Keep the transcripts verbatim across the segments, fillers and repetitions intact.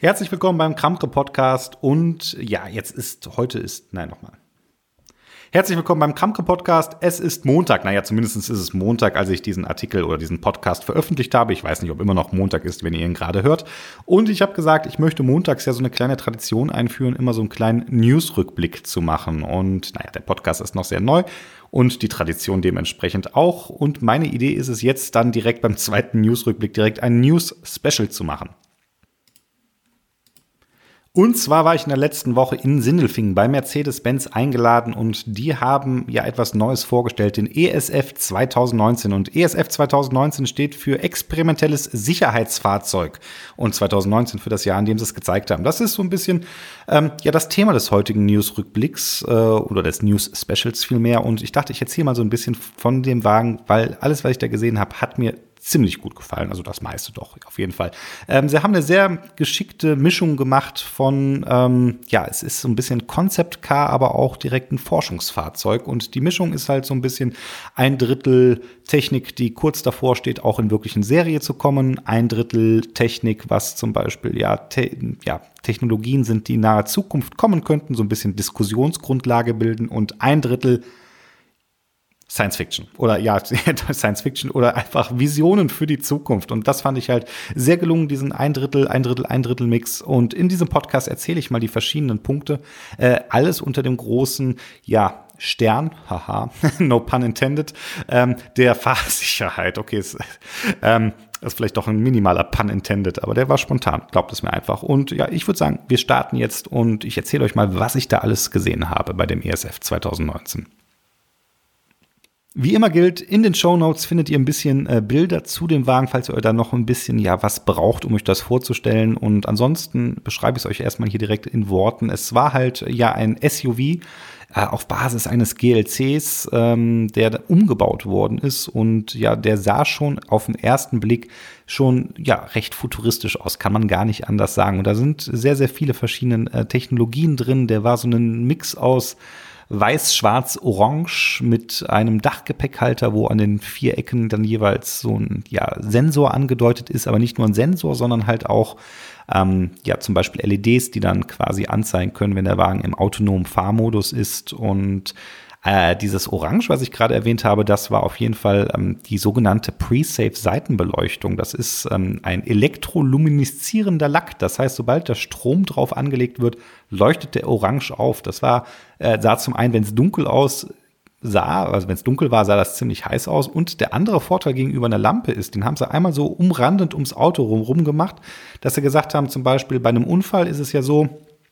Herzlich willkommen beim Kramke Podcast und ja, jetzt ist, heute ist, nein, nochmal. Herzlich willkommen beim Kramke Podcast. Es ist Montag, naja, zumindest ist es Montag, als ich diesen Artikel oder diesen Podcast veröffentlicht habe. Ich weiß nicht, ob immer noch Montag ist, wenn ihr ihn gerade hört. Und ich habe gesagt, ich möchte montags ja so eine kleine Tradition einführen, immer so einen kleinen News-Rückblick zu machen. Und naja, der Podcast ist noch sehr neu und die Tradition dementsprechend auch. Und meine Idee ist es jetzt dann direkt beim zweiten News-Rückblick direkt ein News-Special zu machen. Und zwar war ich in der letzten Woche in Sindelfingen bei Mercedes-Benz eingeladen und die haben ja etwas Neues vorgestellt, den E S F zwanzig neunzehn. Und E S F zwanzig neunzehn steht für experimentelles Sicherheitsfahrzeug und zwanzig neunzehn für das Jahr, in dem sie es gezeigt haben. Das ist so ein bisschen ähm, ja das Thema des heutigen News-Rückblicks äh, oder des News-Specials vielmehr. Und ich dachte, ich erzähle mal so ein bisschen von dem Wagen, weil alles, was ich da gesehen habe, hat mir ziemlich gut gefallen, also das meiste doch, auf jeden Fall. Ähm, sie haben eine sehr geschickte Mischung gemacht von, ähm, ja, es ist so ein bisschen Concept Car, aber auch direkt ein Forschungsfahrzeug. Und die Mischung ist halt so ein bisschen ein Drittel Technik, die kurz davor steht, auch in wirklichen Serie zu kommen. Ein Drittel Technik, was zum Beispiel, ja, te- ja Technologien sind, die in naher Zukunft kommen könnten, so ein bisschen Diskussionsgrundlage bilden. Und ein Drittel Science Fiction oder ja, Science Fiction oder einfach Visionen für die Zukunft. Und das fand ich halt sehr gelungen, diesen ein Drittel, ein Drittel, ein Drittel Mix. Und in diesem Podcast erzähle ich mal die verschiedenen Punkte. Äh, alles unter dem großen, ja, Stern, haha, no pun intended, ähm, der Fahrsicherheit. Okay, ist, ähm, ist vielleicht doch ein minimaler pun intended, aber der war spontan, glaubt es mir einfach. Und ja, ich würde sagen, wir starten jetzt und ich erzähle euch mal, was ich da alles gesehen habe bei dem E S F zwanzig neunzehn. Wie immer gilt, in den Shownotes findet ihr ein bisschen äh, Bilder zu dem Wagen, falls ihr euch da noch ein bisschen, ja, was braucht, um euch das vorzustellen. Und ansonsten beschreibe ich es euch erstmal hier direkt in Worten. Es war halt, ja, ein S U V äh, auf Basis eines G L Cs, ähm, der umgebaut worden ist. Und ja, der sah schon auf den ersten Blick schon, ja, recht futuristisch aus, kann man gar nicht anders sagen. Und da sind sehr, sehr viele verschiedene äh, Technologien drin. Der war so ein Mix aus Weiß, Schwarz, Orange mit einem Dachgepäckhalter, wo an den vier Ecken dann jeweils so ein, ja, Sensor angedeutet ist, aber nicht nur ein Sensor, sondern halt auch ähm, ja, zum Beispiel L E Ds, die dann quasi anzeigen können, wenn der Wagen im autonomen Fahrmodus ist. Und Äh, dieses Orange, was ich gerade erwähnt habe, das war auf jeden Fall ähm, die sogenannte Pre-Safe-Seitenbeleuchtung. Das ist ähm, ein elektrolumineszierender Lack. Das heißt, sobald der Strom drauf angelegt wird, leuchtet der Orange auf. Das war, äh, sah zum einen, wenn es dunkel aussah, also wenn es dunkel war, sah das ziemlich heiß aus. Und der andere Vorteil gegenüber einer Lampe ist, den haben sie einmal so umrandend ums Auto rum gemacht, dass sie gesagt haben, zum Beispiel bei einem Unfall ist es ja so,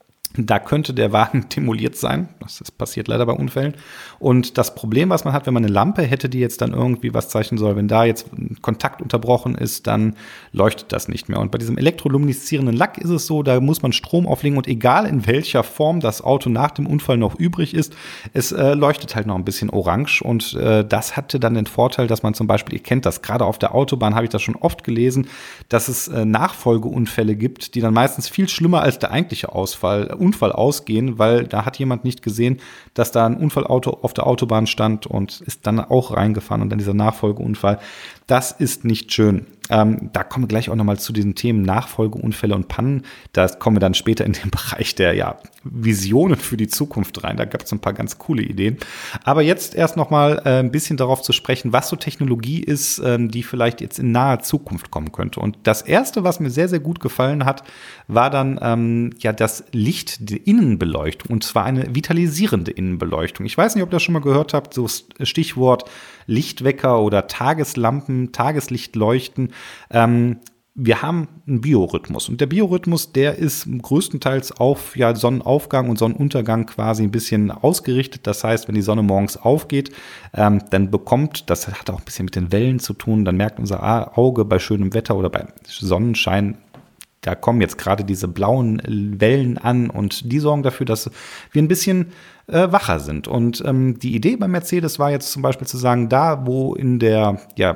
da könnte der Wagen demoliert sein. Das ist passiert leider bei Unfällen. Und das Problem, was man hat, wenn man eine Lampe hätte, die jetzt dann irgendwie was zeichnen soll, wenn da jetzt Kontakt unterbrochen ist, dann leuchtet das nicht mehr. Und bei diesem elektrolumineszierenden Lack ist es so, da muss man Strom auflegen und egal in welcher Form das Auto nach dem Unfall noch übrig ist, es äh, leuchtet halt noch ein bisschen orange. Und äh, das hatte dann den Vorteil, dass man zum Beispiel, ihr kennt das, gerade auf der Autobahn habe ich das schon oft gelesen, dass es äh, Nachfolgeunfälle gibt, die dann meistens viel schlimmer als der eigentliche Ausfall Unfall ausgehen, weil da hat jemand nicht gesehen, dass da ein Unfallauto auf der Autobahn stand und ist dann auch reingefahren und dann dieser Nachfolgeunfall. Das ist nicht schön. Ähm, da kommen wir gleich auch nochmal zu diesen Themen Nachfolgeunfälle und Pannen. Da kommen wir dann später in den Bereich der, ja, Visionen für die Zukunft rein. Da gab es ein paar ganz coole Ideen. Aber jetzt erst nochmal äh, ein bisschen darauf zu sprechen, was so Technologie ist, ähm, die vielleicht jetzt in naher Zukunft kommen könnte. Und das Erste, was mir sehr, sehr gut gefallen hat, war dann ähm, ja das Licht, die Innenbeleuchtung. Und zwar eine vitalisierende Innenbeleuchtung. Ich weiß nicht, ob ihr das schon mal gehört habt, so Stichwort Lichtwecker oder Tageslampen, Tageslichtleuchten. Ähm, wir haben einen Biorhythmus und der Biorhythmus, der ist größtenteils auf, ja, Sonnenaufgang und Sonnenuntergang quasi ein bisschen ausgerichtet. Das heißt, wenn die Sonne morgens aufgeht, ähm, dann bekommt, das hat auch ein bisschen mit den Wellen zu tun, dann merkt unser Auge bei schönem Wetter oder bei Sonnenschein, da kommen jetzt gerade diese blauen Wellen an und die sorgen dafür, dass wir ein bisschen äh, wacher sind. Und ähm, die Idee bei Mercedes war jetzt zum Beispiel zu sagen, da wo in der, ja,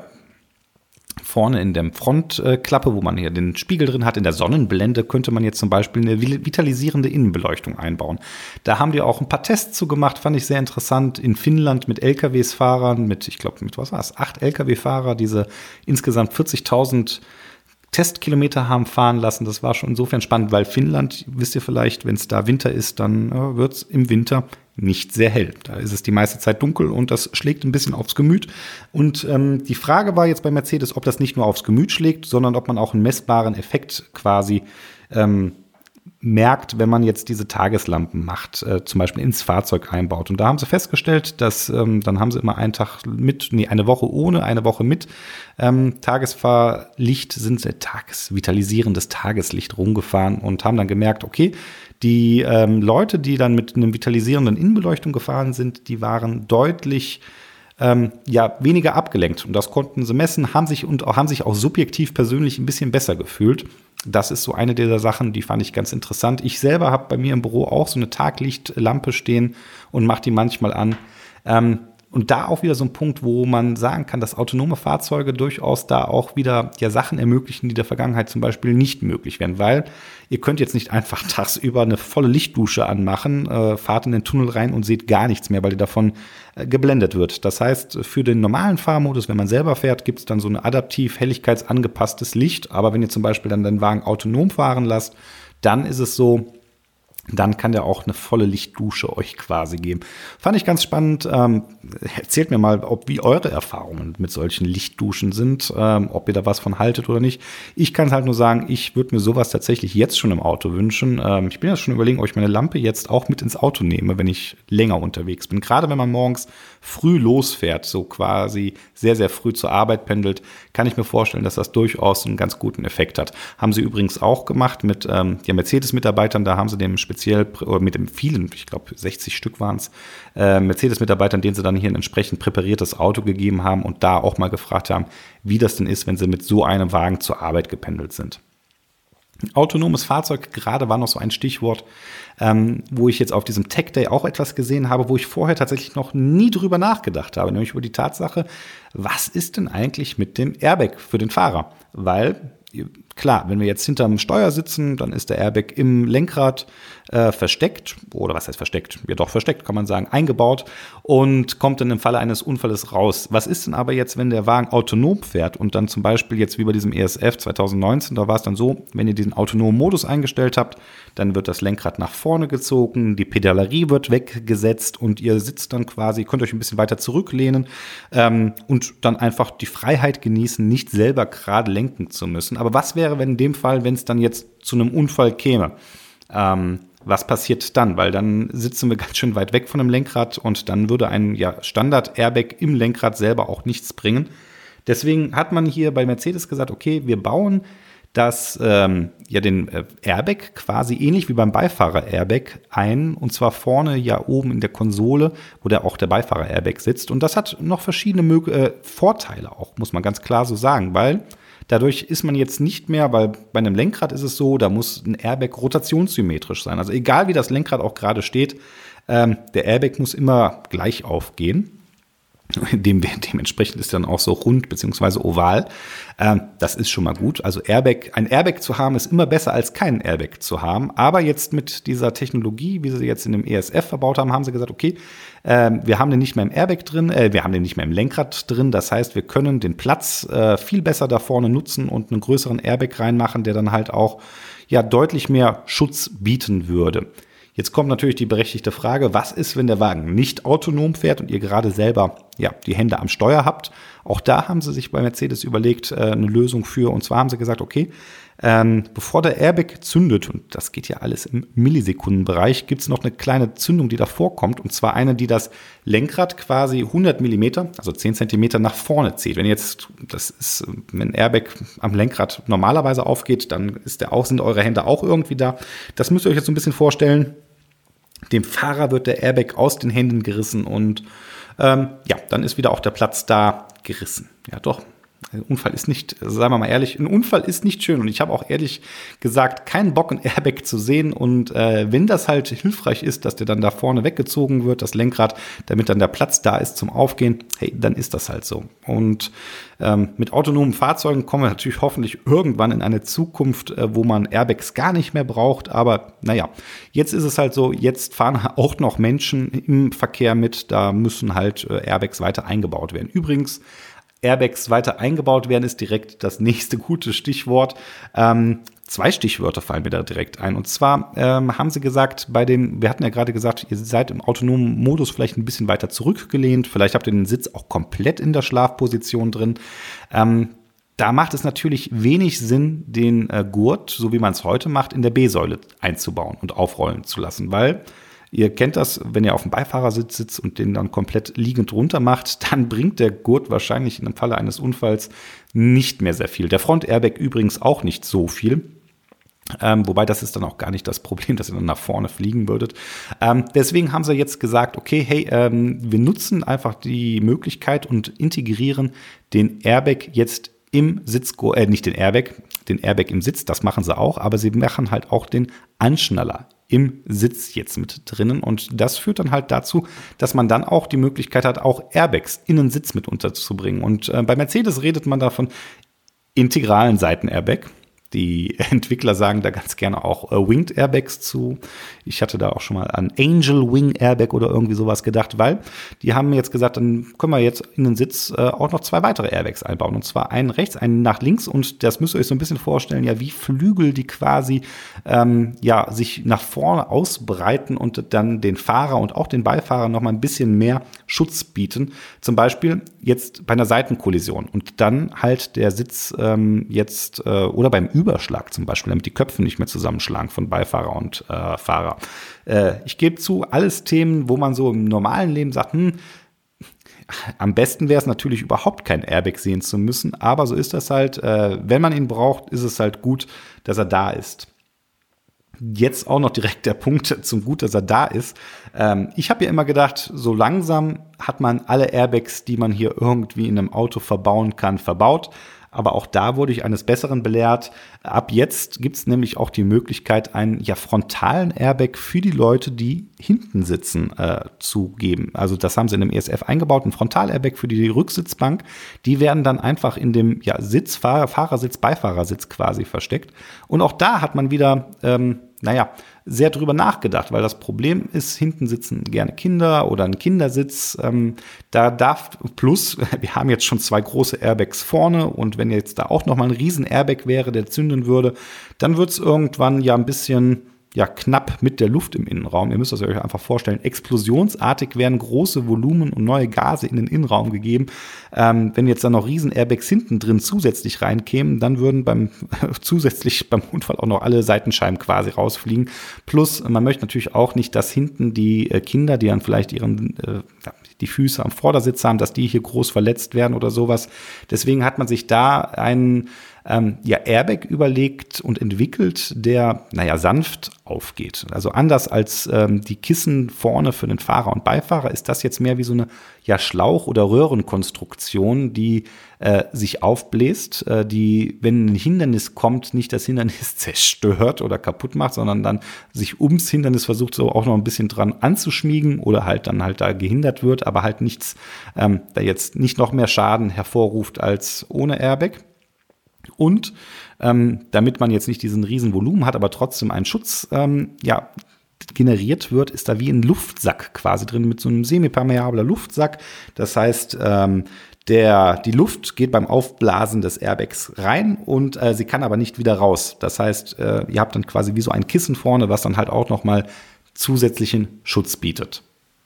vorne in der Frontklappe, wo man hier den Spiegel drin hat, in der Sonnenblende, könnte man jetzt zum Beispiel eine vitalisierende Innenbeleuchtung einbauen. Da haben die auch ein paar Tests zu gemacht, fand ich sehr interessant. In Finnland mit L K W-Fahrern, mit, ich glaube, mit was war es, acht L K W-Fahrer, diese insgesamt vierzigtausend Testkilometer haben fahren lassen. Das war schon insofern spannend, weil Finnland, wisst ihr vielleicht, wenn es da Winter ist, dann äh, wird es im Winter nicht sehr hell. Da ist es die meiste Zeit dunkel und das schlägt ein bisschen aufs Gemüt. Und ähm, die Frage war jetzt bei Mercedes, ob das nicht nur aufs Gemüt schlägt, sondern ob man auch einen messbaren Effekt quasi ähm, merkt, wenn man jetzt diese Tageslampen macht, äh, zum Beispiel ins Fahrzeug einbaut. Und da haben sie festgestellt, dass ähm, dann haben sie immer einen Tag mit, nee, eine Woche ohne, eine Woche mit ähm, Tagesfahrlicht, sind sie tagesvitalisierendes Tageslicht rumgefahren und haben dann gemerkt, okay, die ähm, Leute, die dann mit einem vitalisierenden Innenbeleuchtung gefahren sind, die waren deutlich ähm, ja, weniger abgelenkt. Und das konnten sie messen, haben sich und auch, haben sich auch subjektiv persönlich ein bisschen besser gefühlt. Das ist so eine dieser Sachen, die fand ich ganz interessant. Ich selber habe bei mir im Büro auch so eine Taglichtlampe stehen und mache die manchmal an. Ähm, und da auch wieder so ein Punkt, wo man sagen kann, dass autonome Fahrzeuge durchaus da auch wieder ja Sachen ermöglichen, die der Vergangenheit zum Beispiel nicht möglich wären. Weil ihr könnt jetzt nicht einfach tagsüber eine volle Lichtdusche anmachen, äh, fahrt in den Tunnel rein und seht gar nichts mehr, weil ihr davon äh, geblendet wird. Das heißt, für den normalen Fahrmodus, wenn man selber fährt, gibt es dann so ein adaptiv helligkeitsangepasstes Licht. Aber wenn ihr zum Beispiel dann den Wagen autonom fahren lasst, dann ist es so, dann kann der auch eine volle Lichtdusche euch quasi geben. Fand ich ganz spannend. Ähm, erzählt mir mal, ob wie eure Erfahrungen mit solchen Lichtduschen sind, ähm, ob ihr da was von haltet oder nicht. Ich kann es halt nur sagen, ich würde mir sowas tatsächlich jetzt schon im Auto wünschen. Ähm, ich bin jetzt schon überlegen, ob ich meine Lampe jetzt auch mit ins Auto nehme, wenn ich länger unterwegs bin. Gerade wenn man morgens früh losfährt, so quasi sehr, sehr früh zur Arbeit pendelt, kann ich mir vorstellen, dass das durchaus einen ganz guten Effekt hat. Haben sie übrigens auch gemacht mit ähm, ja, Mercedes-Mitarbeitern, da haben sie dem speziell, oder mit dem vielen, ich glaube sechzig Stück waren es, äh, Mercedes-Mitarbeitern, denen sie dann hier ein entsprechend präpariertes Auto gegeben haben und da auch mal gefragt haben, wie das denn ist, wenn sie mit so einem Wagen zur Arbeit gependelt sind. Autonomes Fahrzeug, gerade war noch so ein Stichwort, ähm, wo ich jetzt auf diesem Tech Day auch etwas gesehen habe, wo ich vorher tatsächlich noch nie drüber nachgedacht habe, nämlich über die Tatsache, was ist denn eigentlich mit dem Airbag für den Fahrer? Weil, klar, wenn wir jetzt hinterm Steuer sitzen, dann ist der Airbag im Lenkrad äh, versteckt, oder was heißt versteckt? Ja doch, versteckt kann man sagen, eingebaut und kommt dann im Falle eines Unfalles raus. Was ist denn aber jetzt, wenn der Wagen autonom fährt und dann zum Beispiel jetzt wie bei diesem E S F zwanzig neunzehn, da war es dann so, wenn ihr diesen autonomen Modus eingestellt habt, dann wird das Lenkrad nach vorne gezogen, die Pedalerie wird weggesetzt und ihr sitzt dann quasi, könnt euch ein bisschen weiter zurücklehnen ähm, und dann einfach die Freiheit genießen, nicht selber gerade lenken zu müssen. Aber was wäre, wenn in dem Fall, wenn es dann jetzt zu einem Unfall käme? Ähm, was passiert dann? Weil dann sitzen wir ganz schön weit weg von dem Lenkrad und dann würde ein ja, Standard-Airbag im Lenkrad selber auch nichts bringen. Deswegen hat man hier bei Mercedes gesagt, okay, wir bauen das, ähm, ja, den äh, Airbag quasi ähnlich wie beim Beifahrer-Airbag ein, und zwar vorne ja oben in der Konsole, wo da auch der Beifahrer-Airbag sitzt. Und das hat noch verschiedene Mö- äh, Vorteile auch, muss man ganz klar so sagen, weil dadurch ist man jetzt nicht mehr, weil bei einem Lenkrad ist es so, da muss ein Airbag rotationssymmetrisch sein. Also egal wie das Lenkrad auch gerade steht, ähm, der Airbag muss immer gleich aufgehen. Dem, dementsprechend ist dann auch so rund bzw. oval. Ähm, das ist schon mal gut. Also Airbag, ein Airbag zu haben, ist immer besser als keinen Airbag zu haben. Aber jetzt mit dieser Technologie, wie sie jetzt in dem E S F verbaut haben, haben sie gesagt, okay, äh, wir haben den nicht mehr im Airbag drin, äh, wir haben den nicht mehr im Lenkrad drin. Das heißt, wir können den Platz äh, viel besser da vorne nutzen und einen größeren Airbag reinmachen, der dann halt auch ja deutlich mehr Schutz bieten würde. Jetzt kommt natürlich die berechtigte Frage, was ist, wenn der Wagen nicht autonom fährt und ihr gerade selber ja, die Hände am Steuer habt? Auch da haben sie sich bei Mercedes überlegt, äh, eine Lösung für. Und zwar haben sie gesagt, okay, ähm, bevor der Airbag zündet, und das geht ja alles im Millisekundenbereich, gibt es noch eine kleine Zündung, die davor kommt. Und zwar eine, die das Lenkrad quasi hundert Millimeter, also zehn Zentimeter nach vorne zieht. Wenn jetzt, das ist, wenn ein Airbag am Lenkrad normalerweise aufgeht, dann ist der auch, sind eure Hände auch irgendwie da. Das müsst ihr euch jetzt so ein bisschen vorstellen. Dem Fahrer wird der Airbag aus den Händen gerissen und ähm, ja, dann ist wieder auch der Platz da gerissen. Ja, doch. Ein Unfall ist nicht, sagen wir mal ehrlich, ein Unfall ist nicht schön. Und ich habe auch ehrlich gesagt keinen Bock, ein Airbag zu sehen. Und äh, wenn das halt hilfreich ist, dass der dann da vorne weggezogen wird, das Lenkrad, damit dann der Platz da ist zum Aufgehen, hey, dann ist das halt so. Und ähm, mit autonomen Fahrzeugen kommen wir natürlich hoffentlich irgendwann in eine Zukunft, äh, wo man Airbags gar nicht mehr braucht. Aber naja, jetzt ist es halt so, jetzt fahren auch noch Menschen im Verkehr mit. Da müssen halt äh, Airbags weiter eingebaut werden. Übrigens, Airbags weiter eingebaut werden, ist direkt das nächste gute Stichwort. Ähm, zwei Stichwörter fallen mir da direkt ein. Und zwar ähm, haben sie gesagt, bei dem, wir hatten ja gerade gesagt, ihr seid im autonomen Modus vielleicht ein bisschen weiter zurückgelehnt. Vielleicht habt ihr den Sitz auch komplett in der Schlafposition drin. Ähm, Da macht es natürlich wenig Sinn, den äh, Gurt, so wie man es heute macht, in der B-Säule einzubauen und aufrollen zu lassen, weil ihr kennt das, wenn ihr auf dem Beifahrersitz sitzt und den dann komplett liegend runter macht, dann bringt der Gurt wahrscheinlich in dem Falle eines Unfalls nicht mehr sehr viel. Der Front-Airbag übrigens auch nicht so viel. Ähm, wobei das ist dann auch gar nicht das Problem, dass ihr dann nach vorne fliegen würdet. Ähm, deswegen haben sie jetzt gesagt, okay, hey, ähm, wir nutzen einfach die Möglichkeit und integrieren den Airbag jetzt im Sitzgurt, äh, nicht den Airbag, den Airbag im Sitz, das machen sie auch, aber sie machen halt auch den Anschnaller im Sitz jetzt mit drinnen und das führt dann halt dazu, dass man dann auch die Möglichkeit hat, auch Airbags in den Sitz mit unterzubringen. Und äh, bei Mercedes redet man davon integralen Seitenairbag. Die Entwickler sagen da ganz gerne auch äh, Winged Airbags zu. Ich hatte da auch schon mal an Angel Wing Airbag oder irgendwie sowas gedacht, weil die haben jetzt gesagt, dann können wir jetzt in den Sitz äh, auch noch zwei weitere Airbags einbauen. Und zwar einen rechts, einen nach links. Und das müsst ihr euch so ein bisschen vorstellen, ja, wie Flügel, die quasi ähm, ja, sich nach vorne ausbreiten und dann den Fahrer und auch den Beifahrer noch mal ein bisschen mehr Schutz bieten. Zum Beispiel jetzt bei einer Seitenkollision. Und dann halt der Sitz ähm, jetzt äh, oder beim Überschlag zum Beispiel, damit die Köpfe nicht mehr zusammenschlagen von Beifahrer und äh, Fahrer. Äh, ich gebe zu, alles Themen, wo man so im normalen Leben sagt, hm, am besten wäre es natürlich überhaupt kein Airbag sehen zu müssen, aber so ist das halt. Äh, wenn man ihn braucht, ist es halt gut, dass er da ist. Jetzt auch noch direkt der Punkt zum Gut, dass er da ist. Ähm, ich habe ja immer gedacht, so langsam hat man alle Airbags, die man hier irgendwie in einem Auto verbauen kann, verbaut. Aber auch da wurde ich eines Besseren belehrt. Ab jetzt gibt es nämlich auch die Möglichkeit, einen ja, frontalen Airbag für die Leute, die hinten sitzen, äh, zu geben. Also das haben sie in dem E S F eingebaut, ein Frontal-Airbag für die Rücksitzbank. Die werden dann einfach in dem ja, Sitz, Fahrer, Fahrersitz, Beifahrersitz quasi versteckt. Und auch da hat man wieder, ähm, naja, sehr drüber nachgedacht, weil das Problem ist, hinten sitzen gerne Kinder oder ein Kindersitz. Ähm, da darf, plus, wir haben jetzt schon zwei große Airbags vorne und wenn jetzt da auch noch mal ein riesen Airbag wäre, der zünden würde, dann wird es irgendwann ja ein bisschen ja knapp mit der Luft im Innenraum. Ihr müsst das euch einfach vorstellen. Explosionsartig werden große Volumen und neue Gase in den Innenraum gegeben. Ähm, wenn jetzt dann noch riesen Airbags hinten drin zusätzlich reinkämen, dann würden beim zusätzlich beim Unfall auch noch alle Seitenscheiben quasi rausfliegen. Plus, man möchte natürlich auch nicht, dass hinten die äh, Kinder, die dann vielleicht ihren äh, die Füße am Vordersitz haben, dass die hier groß verletzt werden oder sowas. Deswegen hat man sich da einen ähm, ja, Airbag überlegt und entwickelt, der, naja, sanft aufgeht. Also anders als ähm, die Kissen vorne für den Fahrer und Beifahrer ist das jetzt mehr wie so eine ja, Schlauch- oder Röhrenkonstruktion, die äh, sich aufbläst, äh, die, wenn ein Hindernis kommt, nicht das Hindernis zerstört oder kaputt macht, sondern dann sich ums Hindernis versucht, so auch noch ein bisschen dran anzuschmiegen oder halt dann halt da gehindert wird, aber halt nichts, ähm, da jetzt nicht noch mehr Schaden hervorruft als ohne Airbag. Und ähm, damit man jetzt nicht diesen riesen Volumen hat, aber trotzdem einen Schutz ähm, ja, generiert wird, ist da wie ein Luftsack quasi drin mit so einem semipermeabler Luftsack. Das heißt, ähm, der, die Luft geht beim Aufblasen des Airbags rein und äh, sie kann aber nicht wieder raus. Das heißt, äh, ihr habt dann quasi wie so ein Kissen vorne, was dann halt auch noch mal zusätzlichen Schutz bietet.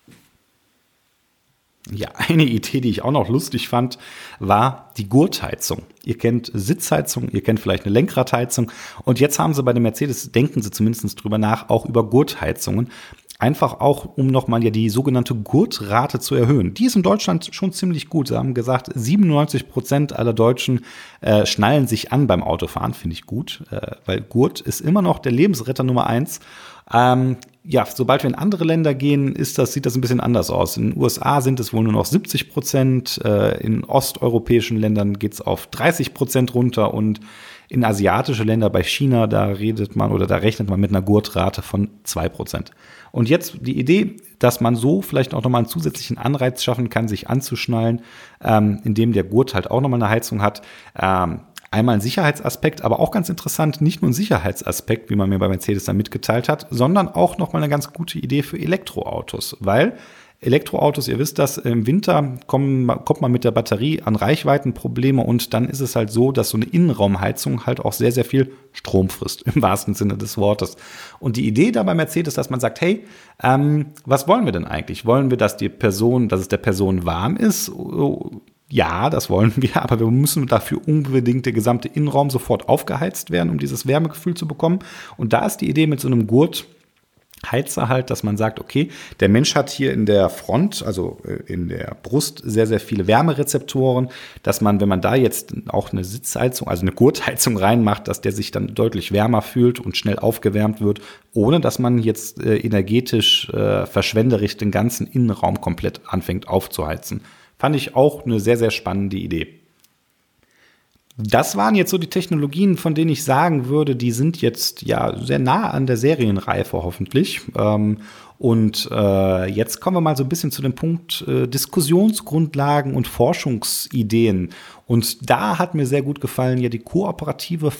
Ja, eine Idee, die ich auch noch lustig fand, war die Gurtheizung. Ihr kennt Sitzheizung, ihr kennt vielleicht eine Lenkradheizung und jetzt haben sie bei dem Mercedes, denken sie zumindest drüber nach, auch über Gurtheizungen. Einfach auch, um nochmal ja die sogenannte Gurtrate zu erhöhen. Die ist in Deutschland schon ziemlich gut. Sie haben gesagt, siebenundneunzig Prozent aller Deutschen äh, schnallen sich an beim Autofahren. Finde ich gut, äh, weil Gurt ist immer noch der Lebensretter Nummer eins. Ähm, ja, sobald wir in andere Länder gehen, ist das, sieht das ein bisschen anders aus. In den U S A sind es wohl nur noch siebzig Prozent. Äh, in osteuropäischen Ländern geht es auf dreißig Prozent runter und in asiatische Länder, bei China, da redet man oder da rechnet man mit einer Gurtrate von zwei Prozent. Und jetzt die Idee, dass man so vielleicht auch nochmal einen zusätzlichen Anreiz schaffen kann, sich anzuschnallen, ähm, indem der Gurt halt auch nochmal eine Heizung hat. Ähm, einmal ein Sicherheitsaspekt, aber auch ganz interessant, nicht nur ein Sicherheitsaspekt, wie man mir bei Mercedes dann mitgeteilt hat, sondern auch nochmal eine ganz gute Idee für Elektroautos, weil Elektroautos, ihr wisst das, im Winter kommen, kommt man mit der Batterie an Reichweitenprobleme und dann ist es halt so, dass so eine Innenraumheizung halt auch sehr, sehr viel Strom frisst, im wahrsten Sinne des Wortes. Und die Idee da bei Mercedes, dass man sagt, hey, ähm, was wollen wir denn eigentlich? Wollen wir, dass die Person, dass es der Person warm ist? Ja, das wollen wir, aber wir müssen dafür unbedingt der gesamte Innenraum sofort aufgeheizt werden, um dieses Wärmegefühl zu bekommen. Und da ist die Idee mit so einem Gurt, Heizer halt, dass man sagt, okay, der Mensch hat hier in der Front, also in der Brust, sehr, sehr viele Wärmerezeptoren, dass man, wenn man da jetzt auch eine Sitzheizung, also eine Gurtheizung reinmacht, dass der sich dann deutlich wärmer fühlt und schnell aufgewärmt wird, ohne dass man jetzt äh, energetisch äh, verschwenderisch den ganzen Innenraum komplett anfängt aufzuheizen. Fand ich auch eine sehr, sehr spannende Idee. Das waren jetzt so die Technologien, von denen ich sagen würde, die sind jetzt ja sehr nah an der Serienreife hoffentlich. Ähm, und äh, jetzt kommen wir mal so ein bisschen zu dem Punkt äh, Diskussionsgrundlagen und Forschungsideen. Und da hat mir sehr gut gefallen ja die kooperative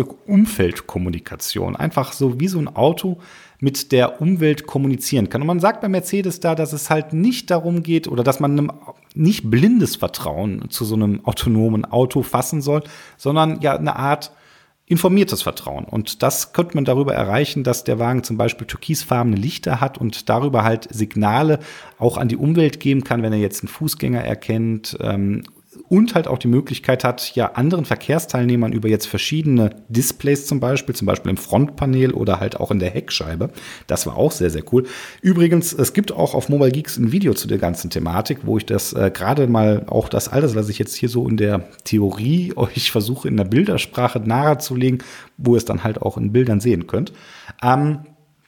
Fahrzeug-Umfeld-Kommunikation. Einfach so wie so ein Auto mit der Umwelt kommunizieren kann. Und man sagt bei Mercedes da, dass es halt nicht darum geht oder dass man einem nicht blindes Vertrauen zu so einem autonomen Auto fassen soll, sondern ja eine Art informiertes Vertrauen. Und das könnte man darüber erreichen, dass der Wagen zum Beispiel türkisfarbene Lichter hat und darüber halt Signale auch an die Umwelt geben kann, wenn er jetzt einen Fußgänger erkennt, ähm, und halt auch die Möglichkeit hat, ja anderen Verkehrsteilnehmern über jetzt verschiedene Displays zum Beispiel, zum Beispiel im Frontpanel oder halt auch in der Heckscheibe. Das war auch sehr, sehr cool. Übrigens, es gibt auch auf Mobile Geeks ein Video zu der ganzen Thematik, wo ich das äh, gerade mal auch das alles, was ich jetzt hier so in der Theorie euch versuche in der Bildersprache nahezulegen, wo ihr es dann halt auch in Bildern sehen könnt. Ähm,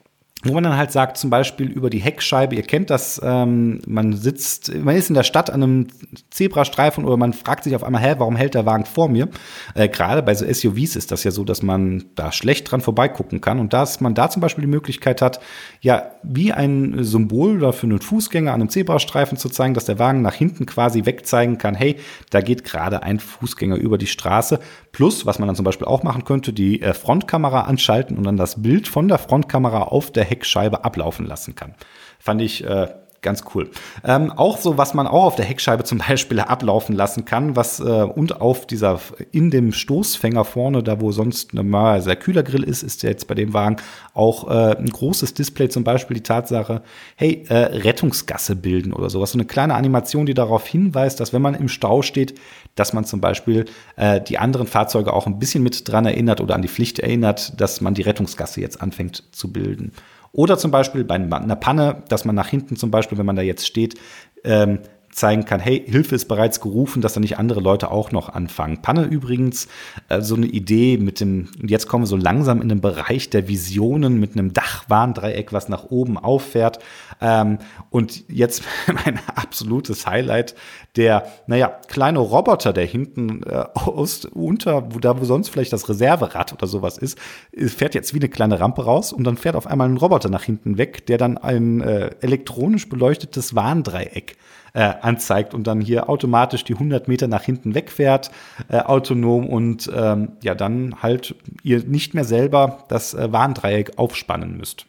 Wo man dann halt sagt, zum Beispiel über die Heckscheibe, ihr kennt das, ähm, man sitzt, man ist in der Stadt an einem Zebrastreifen oder man fragt sich auf einmal, hä, warum hält der Wagen vor mir? Äh, gerade bei so S U Vs ist das ja so, dass man da schlecht dran vorbeigucken kann und dass man da zum Beispiel die Möglichkeit hat, ja, wie ein Symbol oder für einen Fußgänger an einem Zebrastreifen zu zeigen, dass der Wagen nach hinten quasi wegzeigen kann, hey, da geht gerade ein Fußgänger über die Straße. Plus, was man dann zum Beispiel auch machen könnte, die äh, Frontkamera anschalten und dann das Bild von der Frontkamera auf der Heckscheibe ablaufen lassen kann. Fand ich äh, ganz cool. Ähm, auch so, was man auch auf der Heckscheibe zum Beispiel ablaufen lassen kann, was äh, und auf dieser, in dem Stoßfänger vorne, da wo sonst normal der Kühlergrill ist, ist jetzt bei dem Wagen auch äh, ein großes Display, zum Beispiel die Tatsache, hey, äh, Rettungsgasse bilden oder sowas. So eine kleine Animation, die darauf hinweist, dass wenn man im Stau steht, dass man zum Beispiel äh, die anderen Fahrzeuge auch ein bisschen mit dran erinnert oder an die Pflicht erinnert, dass man die Rettungsgasse jetzt anfängt zu bilden. Oder zum Beispiel bei einer Panne, dass man nach hinten zum Beispiel, wenn man da jetzt steht, ähm, zeigen kann, hey, Hilfe ist bereits gerufen, dass da nicht andere Leute auch noch anfangen. Panne übrigens, äh, so eine Idee mit dem, jetzt kommen wir so langsam in den Bereich der Visionen mit einem Dachwarndreieck, was nach oben auffährt. Ähm, und jetzt mein absolutes Highlight, der, naja, kleine Roboter, der hinten äh, aus, unter, wo da wo sonst vielleicht das Reserverad oder sowas ist, fährt jetzt wie eine kleine Rampe raus und dann fährt auf einmal ein Roboter nach hinten weg, der dann ein äh, elektronisch beleuchtetes Warndreieck Äh, anzeigt und dann hier automatisch die hundert Meter nach hinten wegfährt, äh, autonom und ähm, ja, dann halt ihr nicht mehr selber das äh, Warndreieck aufspannen müsst.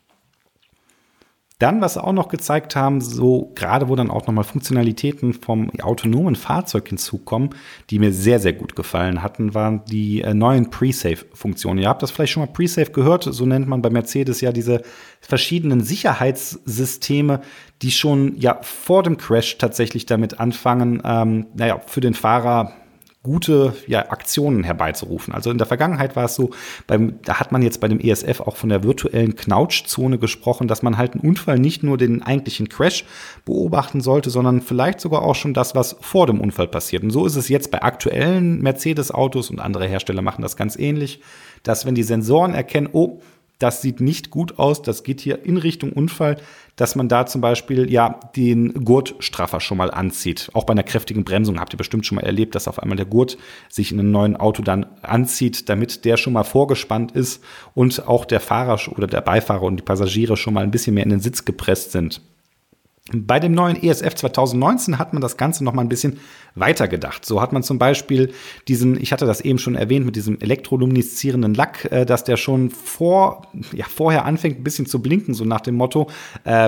Dann, was sie auch noch gezeigt haben, so gerade wo dann auch nochmal Funktionalitäten vom autonomen Fahrzeug hinzukommen, die mir sehr, sehr gut gefallen hatten, waren die äh, neuen Pre-Save-Funktionen. Ihr habt das vielleicht schon mal Pre-Save gehört, so nennt man bei Mercedes ja diese verschiedenen Sicherheitssysteme, die schon ja vor dem Crash tatsächlich damit anfangen, ähm, naja, für den Fahrer gute ja, Aktionen herbeizurufen. Also in der Vergangenheit war es so, beim, da hat man jetzt bei dem E S F auch von der virtuellen Knautschzone gesprochen, dass man halt einen Unfall nicht nur den eigentlichen Crash beobachten sollte, sondern vielleicht sogar auch schon das, was vor dem Unfall passiert. Und so ist es jetzt bei aktuellen Mercedes-Autos und andere Hersteller machen das ganz ähnlich, dass wenn die Sensoren erkennen, oh, das sieht nicht gut aus, das geht hier in Richtung Unfall, dass man da zum Beispiel ja den Gurtstraffer schon mal anzieht. Auch bei einer kräftigen Bremsung habt ihr bestimmt schon mal erlebt, dass auf einmal der Gurt sich in einem neuen Auto dann anzieht, damit der schon mal vorgespannt ist und auch der Fahrer oder der Beifahrer und die Passagiere schon mal ein bisschen mehr in den Sitz gepresst sind. Bei dem neuen E S F zwanzig neunzehn hat man das Ganze noch mal ein bisschen weiter gedacht. So hat man zum Beispiel diesen, ich hatte das eben schon erwähnt, mit diesem elektrolumineszierenden Lack, äh, dass der schon vor, ja, vorher anfängt, ein bisschen zu blinken, so nach dem Motto, ähm, hey,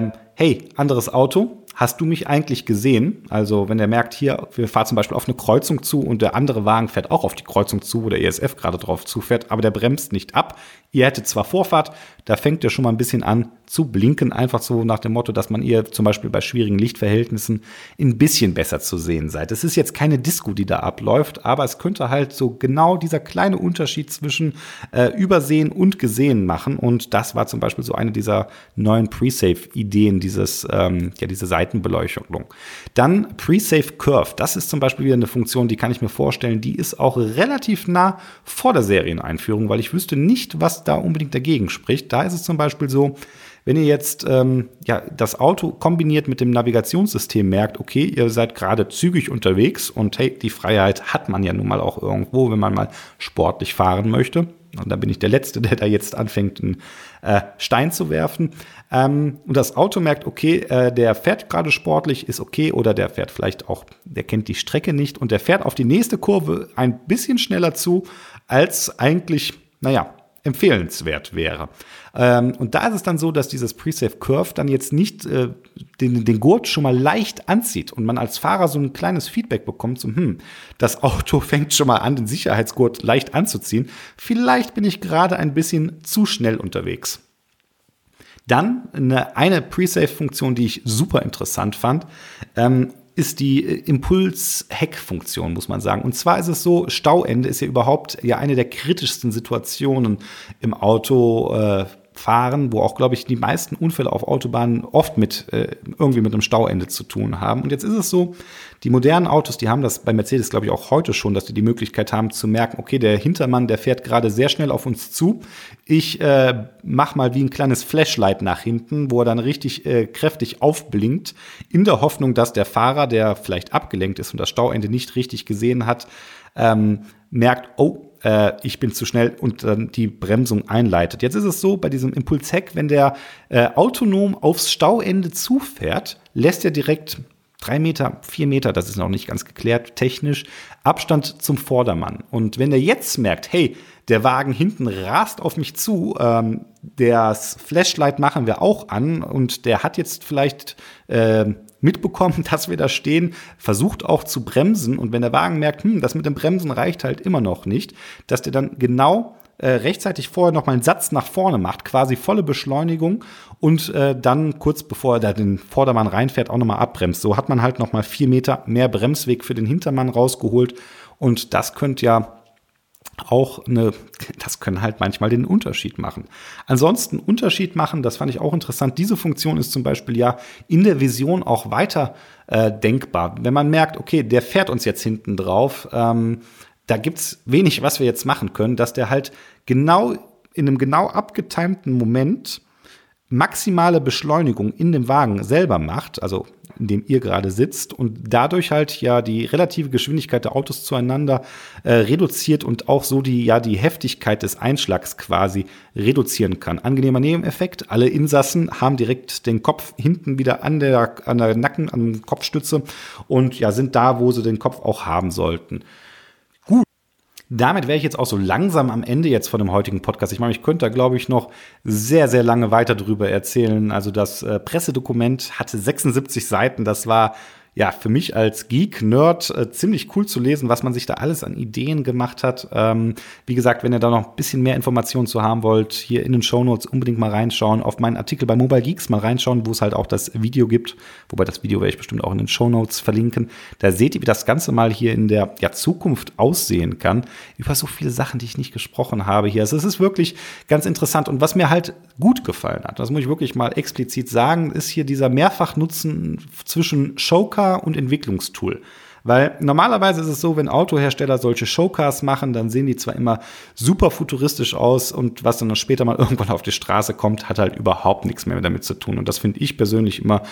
hey, anderes Auto, hast du mich eigentlich gesehen? Also wenn er merkt, hier, wir fahren zum Beispiel auf eine Kreuzung zu und der andere Wagen fährt auch auf die Kreuzung zu, wo der E S F gerade drauf zufährt, aber der bremst nicht ab. Ihr hättet zwar Vorfahrt, da fängt er schon mal ein bisschen an zu blinken, einfach so nach dem Motto, dass man ihr zum Beispiel bei schwierigen Lichtverhältnissen ein bisschen besser zu sehen seid. Es ist jetzt keine Disco, die da abläuft, aber es könnte halt so genau dieser kleine Unterschied zwischen äh, Übersehen und Gesehen machen, und das war zum Beispiel so eine dieser neuen Pre-Save-Ideen, dieses, ähm, ja, diese Seitenbeleuchtung. Dann Pre-Save Curve, das ist zum Beispiel wieder eine Funktion, die kann ich mir vorstellen, die ist auch relativ nah vor der Serieneinführung, weil ich wüsste nicht, was da unbedingt dagegen spricht. Da ist es zum Beispiel so, wenn ihr jetzt ähm, ja, das Auto kombiniert mit dem Navigationssystem merkt, okay, ihr seid gerade zügig unterwegs und hey, die Freiheit hat man ja nun mal auch irgendwo, wenn man mal sportlich fahren möchte. Und da bin ich der Letzte, der da jetzt anfängt, einen äh, Stein zu werfen. Ähm, und das Auto merkt, okay, äh, der fährt gerade sportlich, ist okay, oder der fährt vielleicht auch, der kennt die Strecke nicht und der fährt auf die nächste Kurve ein bisschen schneller zu, als eigentlich, naja, empfehlenswert wäre. Ähm, und da ist es dann so, dass dieses Pre-Save Curve dann jetzt nicht äh, den, den Gurt schon mal leicht anzieht und man als Fahrer so ein kleines Feedback bekommt, so, hm, das Auto fängt schon mal an, den Sicherheitsgurt leicht anzuziehen. Vielleicht bin ich gerade ein bisschen zu schnell unterwegs. Dann eine, eine Pre-Save-Funktion, die ich super interessant fand, ähm, ist die Impuls-Heck-Funktion, muss man sagen. Und zwar ist es so, Stauende ist ja überhaupt ja eine der kritischsten Situationen im Auto äh, fahren, wo auch, glaube ich, die meisten Unfälle auf Autobahnen oft mit äh, irgendwie mit einem Stauende zu tun haben. Und jetzt ist es so, die modernen Autos, die haben das bei Mercedes, glaube ich, auch heute schon, dass die die Möglichkeit haben zu merken, okay, der Hintermann, der fährt gerade sehr schnell auf uns zu. Ich äh, mach mal wie ein kleines Flashlight nach hinten, wo er dann richtig äh, kräftig aufblinkt, in der Hoffnung, dass der Fahrer, der vielleicht abgelenkt ist und das Stauende nicht richtig gesehen hat, ähm, merkt, oh, äh, ich bin zu schnell, und dann die Bremsung einleitet. Jetzt ist es so, bei diesem Impulsheck, wenn der äh, autonom aufs Stauende zufährt, lässt er direkt drei Meter, vier Meter, das ist noch nicht ganz geklärt, technisch, Abstand zum Vordermann. Und wenn er jetzt merkt, hey, der Wagen hinten rast auf mich zu, ähm, das Flashlight machen wir auch an und der hat jetzt vielleicht äh, mitbekommen, dass wir da stehen, versucht auch zu bremsen, und wenn der Wagen merkt, hm, das mit dem Bremsen reicht halt immer noch nicht, dass der dann genau äh, rechtzeitig vorher noch mal einen Satz nach vorne macht, quasi volle Beschleunigung, und äh, dann kurz bevor er da den Vordermann reinfährt, auch noch mal abbremst. So hat man halt noch mal vier Meter mehr Bremsweg für den Hintermann rausgeholt, und das könnte ja auch eine, das können halt manchmal den Unterschied machen. Ansonsten Unterschied machen, das fand ich auch interessant. Diese Funktion ist zum Beispiel ja in der Vision auch weiter äh, denkbar. Wenn man merkt, okay, der fährt uns jetzt hinten drauf, ähm, da gibt's wenig, was wir jetzt machen können, dass der halt genau in einem genau abgetimten Moment maximale Beschleunigung in dem Wagen selber macht, also in dem ihr gerade sitzt, und dadurch halt ja die relative Geschwindigkeit der Autos zueinander äh, reduziert und auch so die ja die Heftigkeit des Einschlags quasi reduzieren kann. Angenehmer Nebeneffekt, alle Insassen haben direkt den Kopf hinten wieder an der an der Nacken, an der Kopfstütze und ja sind da, wo sie den Kopf auch haben sollten. Damit wäre ich jetzt auch so langsam am Ende jetzt von dem heutigen Podcast. Ich meine, ich könnte da, glaube ich, noch sehr, sehr lange weiter drüber erzählen. Also das äh, Pressedokument hatte sechsundsiebzig Seiten. Das war ja für mich als Geek, Nerd äh, ziemlich cool zu lesen, was man sich da alles an Ideen gemacht hat. Ähm, wie gesagt, wenn ihr da noch ein bisschen mehr Informationen zu haben wollt, hier in den Shownotes unbedingt mal reinschauen. Auf meinen Artikel bei Mobile Geeks mal reinschauen, wo es halt auch das Video gibt. Wobei das Video werde ich bestimmt auch in den Shownotes verlinken. Da seht ihr, wie das Ganze mal hier in der ja, Zukunft aussehen kann. Über so viele Sachen, die ich nicht gesprochen habe hier. Also es ist wirklich ganz interessant. Und was mir halt gut gefallen hat, das muss ich wirklich mal explizit sagen, ist hier dieser Mehrfachnutzen zwischen Showcar und Entwicklungstool. Weil normalerweise ist es so, wenn Autohersteller solche Showcars machen, dann sehen die zwar immer super futuristisch aus, und was dann noch später mal irgendwann auf die Straße kommt, hat halt überhaupt nichts mehr damit zu tun. Und das finde ich persönlich immer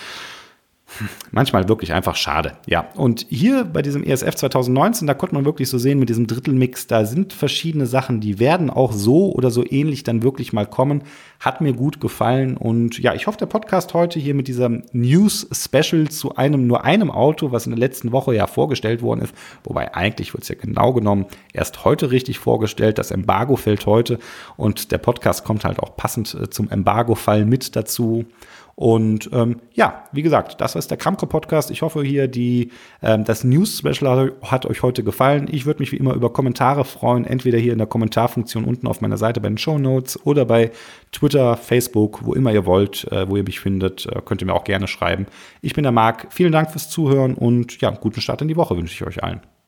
manchmal wirklich einfach schade. Ja, und hier bei diesem E S F zwanzig neunzehn, da konnte man wirklich so sehen mit diesem Drittelmix, da sind verschiedene Sachen, die werden auch so oder so ähnlich dann wirklich mal kommen. Hat mir gut gefallen, und ja, ich hoffe, der Podcast heute hier mit diesem News-Special zu einem, nur einem Auto, was in der letzten Woche ja vorgestellt worden ist, wobei eigentlich wird es ja genau genommen erst heute richtig vorgestellt, das Embargo fällt heute, und der Podcast kommt halt auch passend zum Embargo-Fall mit dazu. Und ähm, ja, wie gesagt, das ist der Kramko-Podcast. Ich hoffe hier, die, ähm, das News-Special hat euch heute gefallen. Ich würde mich wie immer über Kommentare freuen, entweder hier in der Kommentarfunktion unten auf meiner Seite bei den Shownotes oder bei Twitter, Facebook, wo immer ihr wollt, äh, wo ihr mich findet, äh, könnt ihr mir auch gerne schreiben. Ich bin der Marc. Vielen Dank fürs Zuhören und ja, guten Start in die Woche wünsche ich euch allen.